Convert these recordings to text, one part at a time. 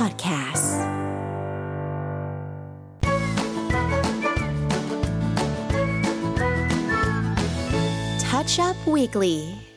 Podcast Touch Up Weekly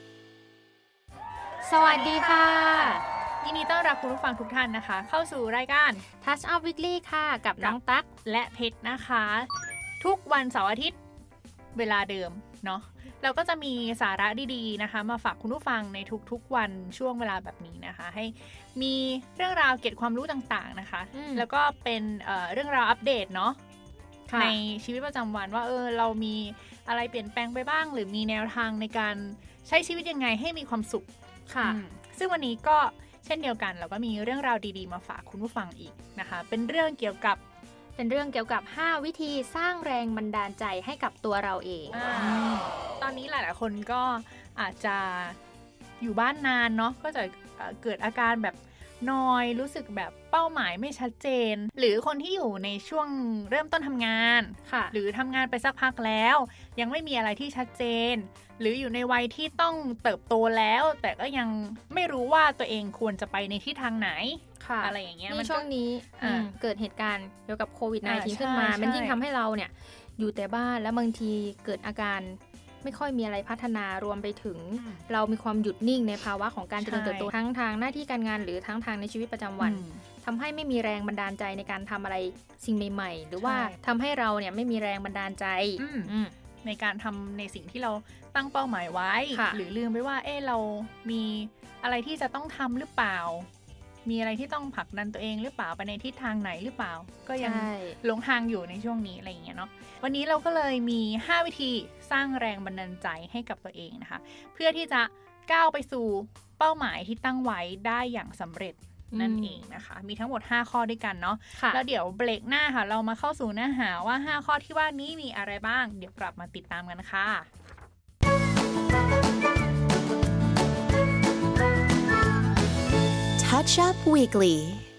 สวัสดีค่ะยินดีต้อนรับคุณผู้ฟังทุกท่านนะคะเข้าสู่รายการ Touch Up Weekly ค่ะกับน้องตั๊กและเพชรนะคะทุกวันเสาร์อาทิตย์เวลาเดิมเนาะเราก็จะมีสาระดีๆนะคะมาฝากคุณผู้ฟังในทุกๆวันช่วงเวลาแบบนี้นะคะให้มีเรื่องราวเก็บความรู้ต่างๆนะคะแล้วก็เป็นเรื่องราวอัปเดตเนาะในชีวิตประจำวันว่าเรามีอะไรเปลี่ยนแปลงไปบ้างหรือมีแนวทางในการใช้ชีวิตยังไงให้มีความสุขค่ะซึ่งวันนี้ก็เช่นเดียวกันเราก็มีเรื่องราวดีๆมาฝากคุณผู้ฟังอีกนะคะเป็นเรื่องเกี่ยวกับ 5วิธีสร้างแรงบันดาลใจให้กับตัวเราเองตอนนี้หลายๆคนก็อาจจะอยู่บ้านนานเนาะก็จะเกิดอาการแบบนอยรู้สึกแบบเป้าหมายไม่ชัดเจนหรือคนที่อยู่ในช่วงเริ่มต้นทำงานหรือทำงานไปสักพักแล้วยังไม่มีอะไรที่ชัดเจนหรืออยู่ในวัยที่ต้องเติบโตแล้วแต่ก็ยังไม่รู้ว่าตัวเองควรจะไปในทิศทางไหนอะไรอย่างเงี้ยช่วงนี้เกิดเหตุการณ์เกี่ยวกับโควิด -19 ขึ้นมามันยิ่งทำให้เราเนี่ยอยู่แต่บ้านแล้วบางทีเกิดอาการไม่ค่อยมีอะไรพัฒนารวมไปถึงเรามีความหยุดนิ่งในภาวะของการเจริญเติบโตทั้งทางหน้าที่การงานหรือทั้งทางในชีวิตประจำวันทำให้ไม่มีแรงบันดาลใจในการทำอะไรสิ่งใหม่ๆหรือว่าทำให้เราเนี่ยไม่มีแรงบันดาลใจในการทำในสิ่งที่เราตั้งเป้าหมายไว้หรือลืมไปว่าเรามีอะไรที่จะต้องทำหรือเปล่ามีอะไรที่ต้องผลักดันตัวเองหรือเปล่าไปในทิศทางไหนหรือเปล่าก็ยังหลงทางอยู่ในช่วงนี้อะไรอย่างเงี้ยเนาะวันนี้เราก็เลยมี5วิธีสร้างแรงบันดาลใจให้กับตัวเองนะคะเพื่อที่จะก้าวไปสู่เป้าหมายที่ตั้งไว้ได้อย่างสำเร็จนั่นเองนะคะมีทั้งหมด5ข้อด้วยกันเนาะแล้วเดี๋ยวเบรกหน้าค่ะเรามาเข้าสู่เนื้อหาว่า5ข้อที่ว่านี้มีอะไรบ้างเดี๋ยวกลับมาติดตามกันค่ะ Touch Up Weekly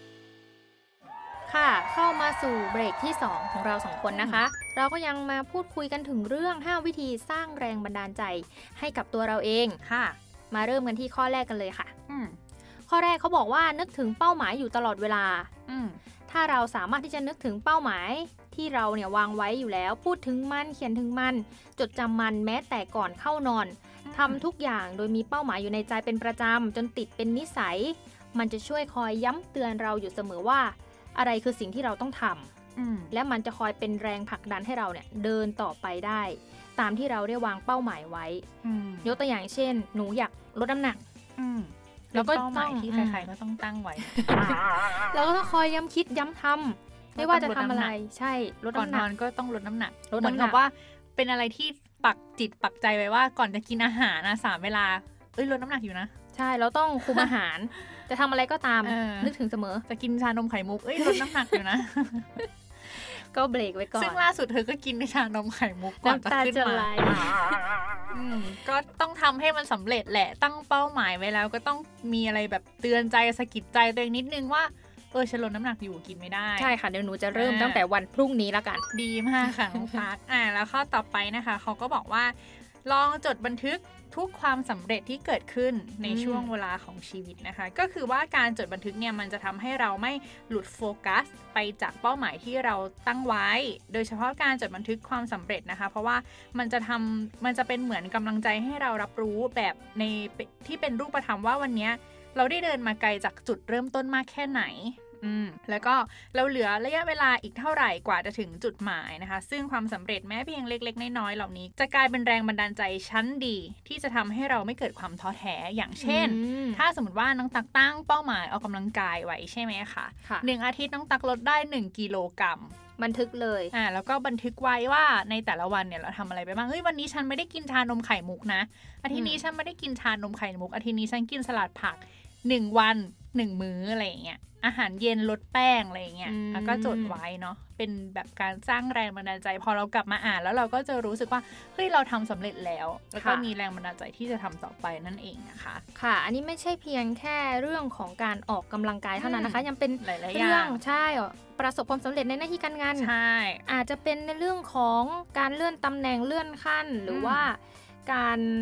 ค่ะเข้ามาสู่เบรกที่2ของเรา2คนนะคะเราก็ยังมาพูดคุยกันถึงเรื่อง5วิธีสร้างแรงบันดาลใจให้กับตัวเราเองค่ะมาเริ่มกันที่ข้อแรกกันเลยค่ะข้อแรกเขาบอกว่านึกถึงเป้าหมายอยู่ตลอดเวลาถ้าเราสามารถที่จะนึกถึงเป้าหมายที่เราเนี่ยวางไว้อยู่แล้วพูดถึงมันเขียนถึงมันจดจำมันแม้แต่ก่อนเข้านอนทำทุกอย่างโดยมีเป้าหมายอยู่ในใจเป็นประจำจนติดเป็นนิสัยมันจะช่วยคอยย้ำเตือนเราอยู่เสมอว่าอะไรคือสิ่งที่เราต้องทำและมันจะคอยเป็นแรงผลักดันให้เราเนี่ยเดินต่อไปได้ตามที่เราได้วางเป้าหมายไว้ยกตัวอย่างเช่นหนูอยากลดน้ำหนักแล้วก็เป้าหมายที่ใครๆก็ต้องตั้งไว้เราก็ต้องคอยย้ำคิดย้ำทำไม่ว่าจะทำอะไรใช่ลดน้ำหนักก่อนนอนก็ต้องลดน้ำหนักเหมือนกับว่าเป็นอะไรที่ปักจิตปักใจไว้ว่าก่อนจะกินอาหารนะ3 เวลาลดน้ำหนักอยู่นะใช่เราต้องคุมอาหารจะทำอะไรก็ตามนึกถึงเสมอจะกินชานมไข่มุกลดน้ำหนักอยู่นะก็เบรกไว้ก่อนซึ่งล่าสุดเธอก็กินชานมไข่มุกก่อนจะขึ้นมาก็ต้องทำให้มันสำเร็จแหละตั้งเป้าหมายไว้แล้วก็ต้องมีอะไรแบบเตือนใจสะกิดใจตัวเองนิดนึงว่าฉันลดน้ำหนักอยู่กินไม่ได้ใช่ค่ะเดี๋ยวหนูจะเริ่มตั้งแต่วันพรุ่งนี้แล้วกันดีมากค่ะน้องตั๊กแล้วข้อต่อไปนะคะเขาก็บอกว่าลองจดบันทึกทุกความสำเร็จที่เกิดขึ้นในช่วงเวลาของชีวิตนะคะก็คือว่าการจดบันทึกเนี่ยมันจะทำให้เราไม่หลุดโฟกัสไปจากเป้าหมายที่เราตั้งไว้โดยเฉพาะการจดบันทึกความสำเร็จนะคะเพราะว่ามันจะเป็นเหมือนกำลังใจให้เรารับรู้แบบในที่เป็นรูปธรรมว่าวันนี้เราได้เดินมาไกลจากจุดเริ่มต้นมากแค่ไหนแล้วก็เราเหลือระยะเวลาอีกเท่าไหร่กว่าจะถึงจุดหมายนะคะซึ่งความสำเร็จแม้เพียงเล็กๆน้อยๆเหล่านี้จะกลายเป็นแรงบันดาลใจชั้นดีที่จะทำให้เราไม่เกิดความท้อแท้อย่างเช่นถ้าสมมติว่าน้องตักตั้งเป้าหมายออกกำลังกายไว้ใช่ไหมคะ1 อาทิตย์น้องตักลดได้1 กิโลกรัมบันทึกเลยแล้วก็บันทึกไว้ว่าในแต่ละวันเนี่ยเราทำอะไรไปบ้างวันนี้ฉันไม่ได้กินชานมไข่มุกนะอาทิตย์นี้ฉันไม่ได้กินชานมไข่มุกอาทิตย์นี้ฉันกินสลัดผัก1 วัน1 มื้ออะไรอย่างเงี้ยอาหารเย็นลดแป้งอะไรอย่างเงี้ยแล้วก็จดไว้เนาะเป็นแบบการสร้างแรงบันดาลใจพอเรากลับมาอ่านแล้วเราก็จะรู้สึกว่าเฮ้ยเราทำสำเร็จแล้วแล้วก็มีแรงบันดาลใจที่จะทำต่อไปนั่นเองนะคะค่ะอันนี้ไม่ใช่เพียงแค่เรื่องของการออกกำลังกายเท่านั้นนะคะยังเป็นเรื่องใช่ประสบความสำเร็จในหน้าที่การงานใช่อาจจะเป็นในเรื่องของการเลื่อนตำแหน่งเลื่อนขั้นหรือว่าการ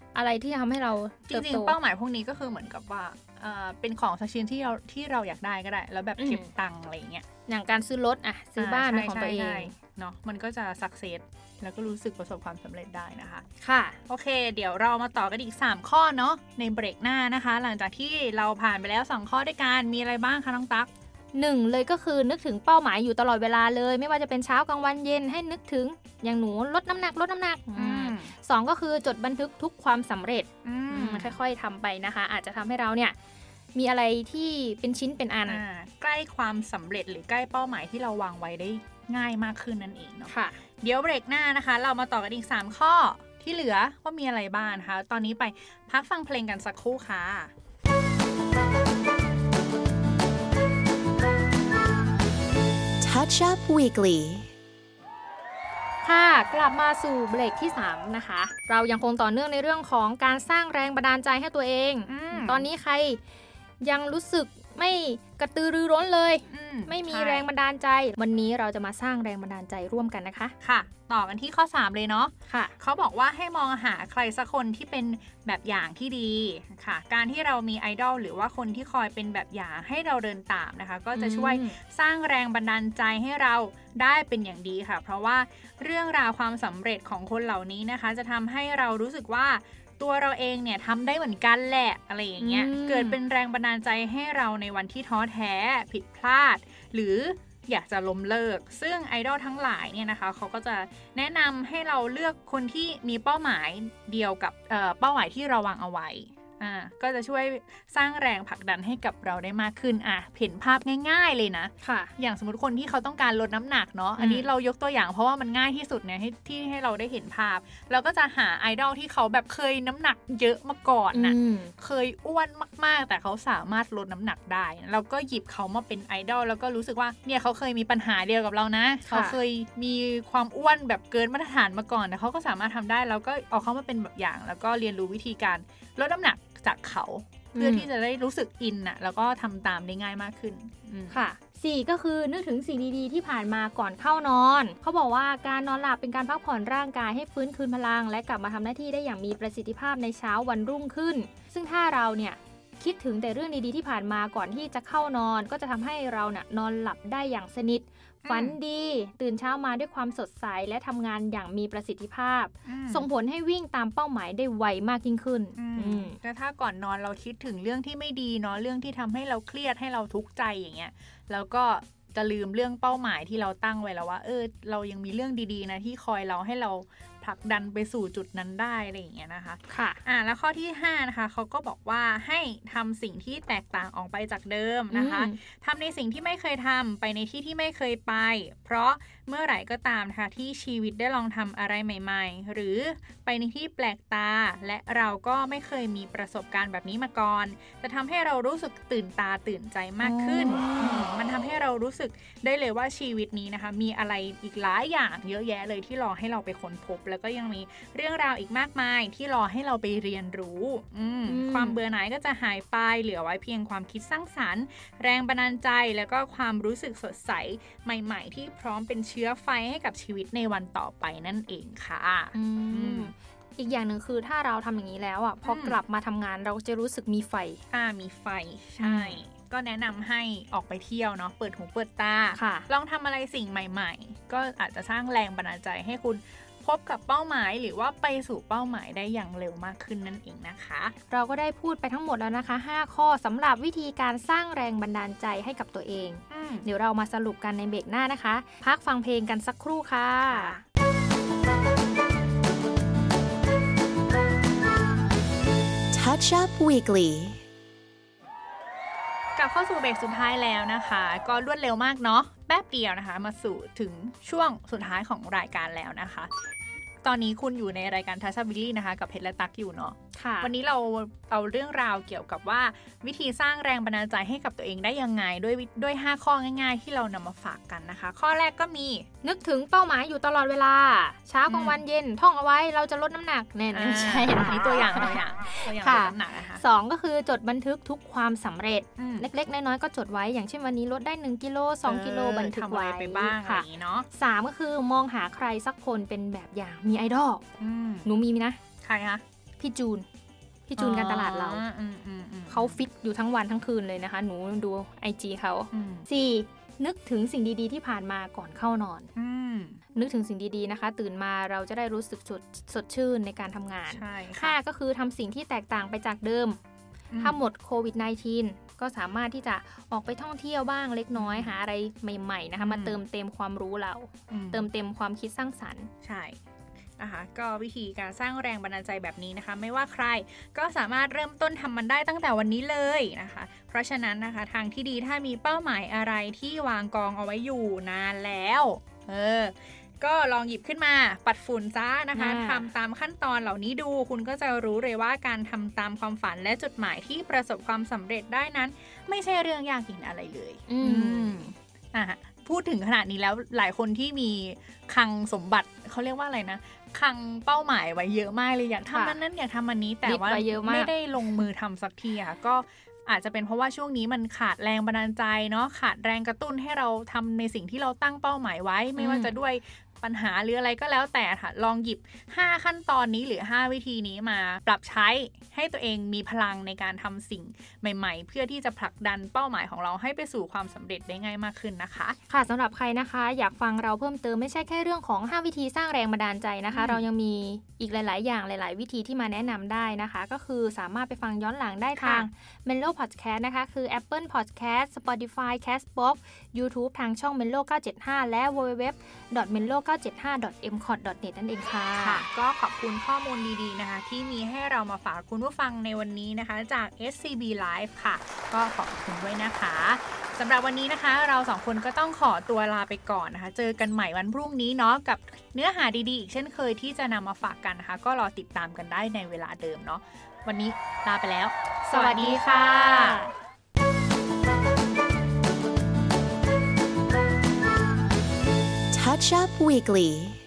อะไรที่ทำให้เราจริงๆเป้าหมายพวกนี้ก็คือเหมือนกับว่าเป็นของสักชิ้นที่เราอยากได้ก็ได้แล้วแบบเก็บตังค์อะไรเงี้ยอย่างการซื้อรถอะซื้อบ้านของตัวเองเนาะมันก็จะสักเซสแล้วก็รู้สึกประสบความสำเร็จได้นะคะค่ะโอเคเดี๋ยวเรามาต่อกันอีก3ข้อเนาะในเบรกหน้านะคะหลังจากที่เราผ่านไปแล้ว2ข้อด้วยกันมีอะไรบ้างคะน้องตั๊ก 1เลยก็คือนึกถึงเป้าหมายอยู่ตลอดเวลาเลยไม่ว่าจะเป็นเช้ากลางวันเย็นให้นึกถึงอย่างหนูลดน้ำหนัก2ก็คือจดบันทึกทุกความสำเร็จค่อยๆทำไปนะคะอาจจะทำให้เราเนี่ยมีอะไรที่เป็นชิ้นเป็นอันใกล้ความสำเร็จหรือใกล้เป้าหมายที่เราวางไว้ได้ง่ายมากขึ้นนั่นเองเนาะค่ะเดี๋ยวเบรกหน้านะคะเรามาต่อกันอีก3ข้อที่เหลือว่ามีอะไรบ้างนะคะตอนนี้ไปพักฟังเพลงกันสักครู่ค่ะ Touch Up Weekly ค่ะกลับมาสู่เบรกที่3นะคะเรายังคงต่อเนื่องในเรื่องของการสร้างแรงบันดาลใจให้ตัวเองตอนนี้ใครยังรู้สึกไม่กระตือรือร้นเลยไม่มีแรงบันดาลใจวันนี้เราจะมาสร้างแรงบันดาลใจร่วมกันนะคะค่ะต่อกันที่ข้อ3เลยเนาะค่ะเขาบอกว่าให้มองหาใครสักคนที่เป็นแบบอย่างที่ดีค่ะการที่เรามีไอดอลหรือว่าคนที่คอยเป็นแบบอย่างให้เราเดินตามนะคะก็จะช่วยสร้างแรงบันดาลใจให้เราได้เป็นอย่างดีค่ะเพราะว่าเรื่องราวความสำเร็จของคนเหล่านี้นะคะจะทำให้เรารู้สึกว่าตัวเราเองเนี่ยทำได้เหมือนกันแหละอะไรอย่างเงี้ยเกิดเป็นแรงบันดาลใจให้เราในวันที่ท้อแท้ผิดพลาดหรืออยากจะล้มเลิกซึ่งไอดอลทั้งหลายเนี่ยนะคะเขาก็จะแนะนำให้เราเลือกคนที่มีเป้าหมายเดียวกับเป้าหมายที่เราวางเอาไว้ก็จะช่วยสร้างแรงผลักดันให้กับเราได้มากขึ้นเห็นภาพง่ายๆเลยนะค่ะอย่างสมมติคนที่เขาต้องการลดน้ำหนักเนาะอันนี้เรายกตัวอย่างเพราะว่ามันง่ายที่สุดเนี่ยที่ให้เราได้เห็นภาพเราก็จะหาไอดอลที่เขาแบบเคยน้ำหนักเยอะมาก่อนน่ะเคยอ้วนมากๆแต่เขาสามารถลดน้ำหนักได้เราก็หยิบเขามาเป็นไอดอลแล้วก็รู้สึกว่าเนี่ยเขาเคยมีปัญหาเดียวกับเรานะเขาเคยมีความอ้วนแบบเกินมาตรฐานมาก่อนแต่เขาก็สามารถทำได้แล้วก็เอาเขามาเป็นแบบอย่างแล้วก็เรียนรู้วิธีการลดน้ำหนักจากเขาเพื่อที่จะได้รู้สึกอินน่ะแล้วก็ทำตามได้ง่ายมากขึ้นค่ะ4ก็คือนึกถึงสิ่งดีๆที่ผ่านมาก่อนเข้านอนเขาบอกว่าการนอนหลับเป็นการพักผ่อนร่างกายให้ฟื้นคืนพลังและกลับมาทำหน้าที่ได้อย่างมีประสิทธิภาพในเช้าวันรุ่งขึ้นซึ่งถ้าเราเนี่ยคิดถึงแต่เรื่องดีๆที่ผ่านมาก่อนที่จะเข้านอนก็จะทำให้เราเนี่ยนอนหลับได้อย่างสนิทฝันดีตื่นเช้ามาด้วยความสดใสและทำงานอย่างมีประสิทธิภาพส่งผลให้วิ่งตามเป้าหมายได้ไวมากยิ่งขึ้นแต่ถ้าก่อนนอนเราคิดถึงเรื่องที่ไม่ดีเนาะเรื่องที่ทำให้เราเครียดให้เราทุกข์ใจอย่างเงี้ยแล้วก็จะลืมเรื่องเป้าหมายที่เราตั้งไว้แล้วว่าเรายังมีเรื่องดีๆนะที่คอยเราให้เราผลักดันไปสู่จุดนั้นได้อะไรอย่างเงี้ยนะคะค่ะแล้วข้อที่5นะคะเขาก็บอกว่าให้ทำสิ่งที่แตกต่างออกไปจากเดิมนะคะทำในสิ่งที่ไม่เคยทำไปในที่ที่ไม่เคยไปเพราะเมื่อไหร่ก็ตามนะคะที่ชีวิตได้ลองทำอะไรใหม่ๆหรือไปในที่แปลกตาและเราก็ไม่เคยมีประสบการณ์แบบนี้มาก่อนจะทำให้เรารู้สึกตื่นตาตื่นใจมากขึ้นมันทำให้เรารู้สึกได้เลยว่าชีวิตนี้นะคะมีอะไรอีกหลายอย่างเยอะแยะเลยที่รอให้เราไปค้นพบแล้วก็ยังมีเรื่องราวอีกมากมายที่รอให้เราไปเรียนรู้ความเบื่อหน่ายก็จะหายไปเหลือไว้เพียงความคิดสร้างสรรค์แรงบันดาลใจแล้วก็ความรู้สึกสดใสใหม่ๆที่พร้อมเป็นเชื้อไฟให้กับชีวิตในวันต่อไปนั่นเองค่ะอีกอย่างหนึ่งคือถ้าเราทำอย่างนี้แล้วพอกลับมาทำงานเราจะรู้สึกมีไฟมีไฟใช่ก็แนะนำให้ออกไปเที่ยวเนาะเปิดหูเปิดตาลองทำอะไรสิ่งใหม่ๆก็อาจจะสร้างแรงบันดาลใจให้คุณพบกับเป้าหมายหรือว่าไปสู่เป้าหมายได้อย่างเร็วมากขึ้นนั่นเองนะคะเราก็ได้พูดไปทั้งหมดแล้วนะคะ5ข้อสำหรับวิธีการสร้างแรงบันดาลใจให้กับตัวเองเดี๋ยวเรามาสรุปกันในเบรกหน้านะคะพักฟังเพลงกันสักครู่ค่ะ Touch Up Weekly กลับเข้าสู่เบรกสุดท้ายแล้วนะคะก็รวดเร็วมากเนาะแป๊บเดียวนะคะมาสู่ถึงช่วงสุดท้ายของรายการแล้วนะคะตอนนี้คุณอยู่ในรายการทัชบิลลี่นะคะกับเพชรและตั๊กอยู่เนาะวันนี้เราเอาเรื่องราวเกี่ยวกับว่าวิธีสร้างแรงบันดาลใจให้กับตัวเองได้ยังไงด้วย5ข้อง่ายๆที่เรานำมาฝากกันนะคะข้อแรกก็มีนึกถึงเป้าหมายอยู่ตลอดเวลาเช้ากลางวันเย็นท่องเอาไว้เราจะลดน้ำหนักแน่ๆใช่นี่ตัวอย่างลดน้ำหนักนะคะ 2ก็คือจดบันทึกทุกความสำเร็จเล็กๆน้อยๆก็จดไว้อย่างเช่นวันนี้ลดได้1กิโล2กิโลบันทึกไว้ไปบ้างอะไรอย่างนี้เนาะ 3ก็คือมองหาใครสักคนเป็นแบบอย่างมีไอดอลหนูมีนะใครคะพี่จูนการตลาดเราเขาฟิตอยู่ทั้งวันทั้งคืนเลยนะคะหนูดู IG เขา 4. นึกถึงสิ่งดีๆที่ผ่านมาก่อนเข้านอนนึกถึงสิ่งดีๆนะคะตื่นมาเราจะได้รู้สึกสดชื่นในการทำงาน 5. ก็คือทำสิ่งที่แตกต่างไปจากเดิมถ้าหมดโควิด -19 ก็สามารถที่จะออกไปท่องเที่ยวบ้างเล็กน้อยหาอะไรใหม่ๆนะคะมาเติมเต็มความรู้เราเติมเต็มความคิดสร้างสรรค์ใช่นะคะก็วิธีการสร้างแรงบันดาลใจแบบนี้นะคะไม่ว่าใครก็สามารถเริ่มต้นทำมันได้ตั้งแต่วันนี้เลยนะคะเพราะฉะนั้นนะคะทางที่ดีถ้ามีเป้าหมายอะไรที่วางกองเอาไว้อยู่นานแล้วก็ลองหยิบขึ้นมาปัดฝุ่นซะนะคะทำตามขั้นตอนเหล่านี้ดูคุณก็จะรู้เลยว่าการทำตามความฝันและจุดหมายที่ประสบความสำเร็จได้นั้นไม่ใช่เรื่องยากเย็นอะไรเลยพูดถึงขนาดนี้แล้วหลายคนที่มีคลังสมบัติเขาเรียกว่าอะไรนะคลังเป้าหมายไว้เยอะมากเลยอยากทำนั้นอยากทำอันนี้แต่ว่าไม่ได้ลงมือทำสักทีก็อาจจะเป็นเพราะว่าช่วงนี้มันขาดแรงบันดาลใจเนาะขาดแรงกระตุ้นให้เราทำในสิ่งที่เราตั้งเป้าหมายไว้ไม่ว่าจะด้วยปัญหาหรืออะไรก็แล้วแต่ค่ะลองหยิบ5ขั้นตอนนี้หรือ5วิธีนี้มาปรับใช้ให้ตัวเองมีพลังในการทำสิ่งใหม่ๆเพื่อที่จะผลักดันเป้าหมายของเราให้ไปสู่ความสำเร็จได้ง่ายมากขึ้นนะคะค่ะสำหรับใครนะคะอยากฟังเราเพิ่มเติมไม่ใช่แค่เรื่องของ5วิธีสร้างแรงบันดาลใจนะคะเรายังมีอีกหลายๆอย่างหลายๆวิธีที่มาแนะนำได้นะคะก็คือสามารถไปฟังย้อนหลังได้ทาง Menlo Podcast นะคะคือ Apple Podcast Spotify Castbox YouTube ทางช่อง Menlo 975 และ www.menlo975.mcot.net นั่นเองค่ะก็ขอบคุณข้อมูลดีๆนะคะที่มีให้เรามาฝากคุณผู้ฟังในวันนี้นะคะจาก SCB Live ค่ะก็ขอบคุณด้วยนะคะสำหรับวันนี้นะคะเรา2คนก็ต้องขอตัวลาไปก่อนนะคะเจอกันใหม่วันพรุ่งนี้เนาะกับเนื้อหาดีๆอีกเช่นเคยที่จะนำมาฝากกันนะคะก็รอติดตามกันได้ในเวลาเดิมเนาะวันนี้ลาไปแล้วสวัสดีค่ะ Touch Up Weekly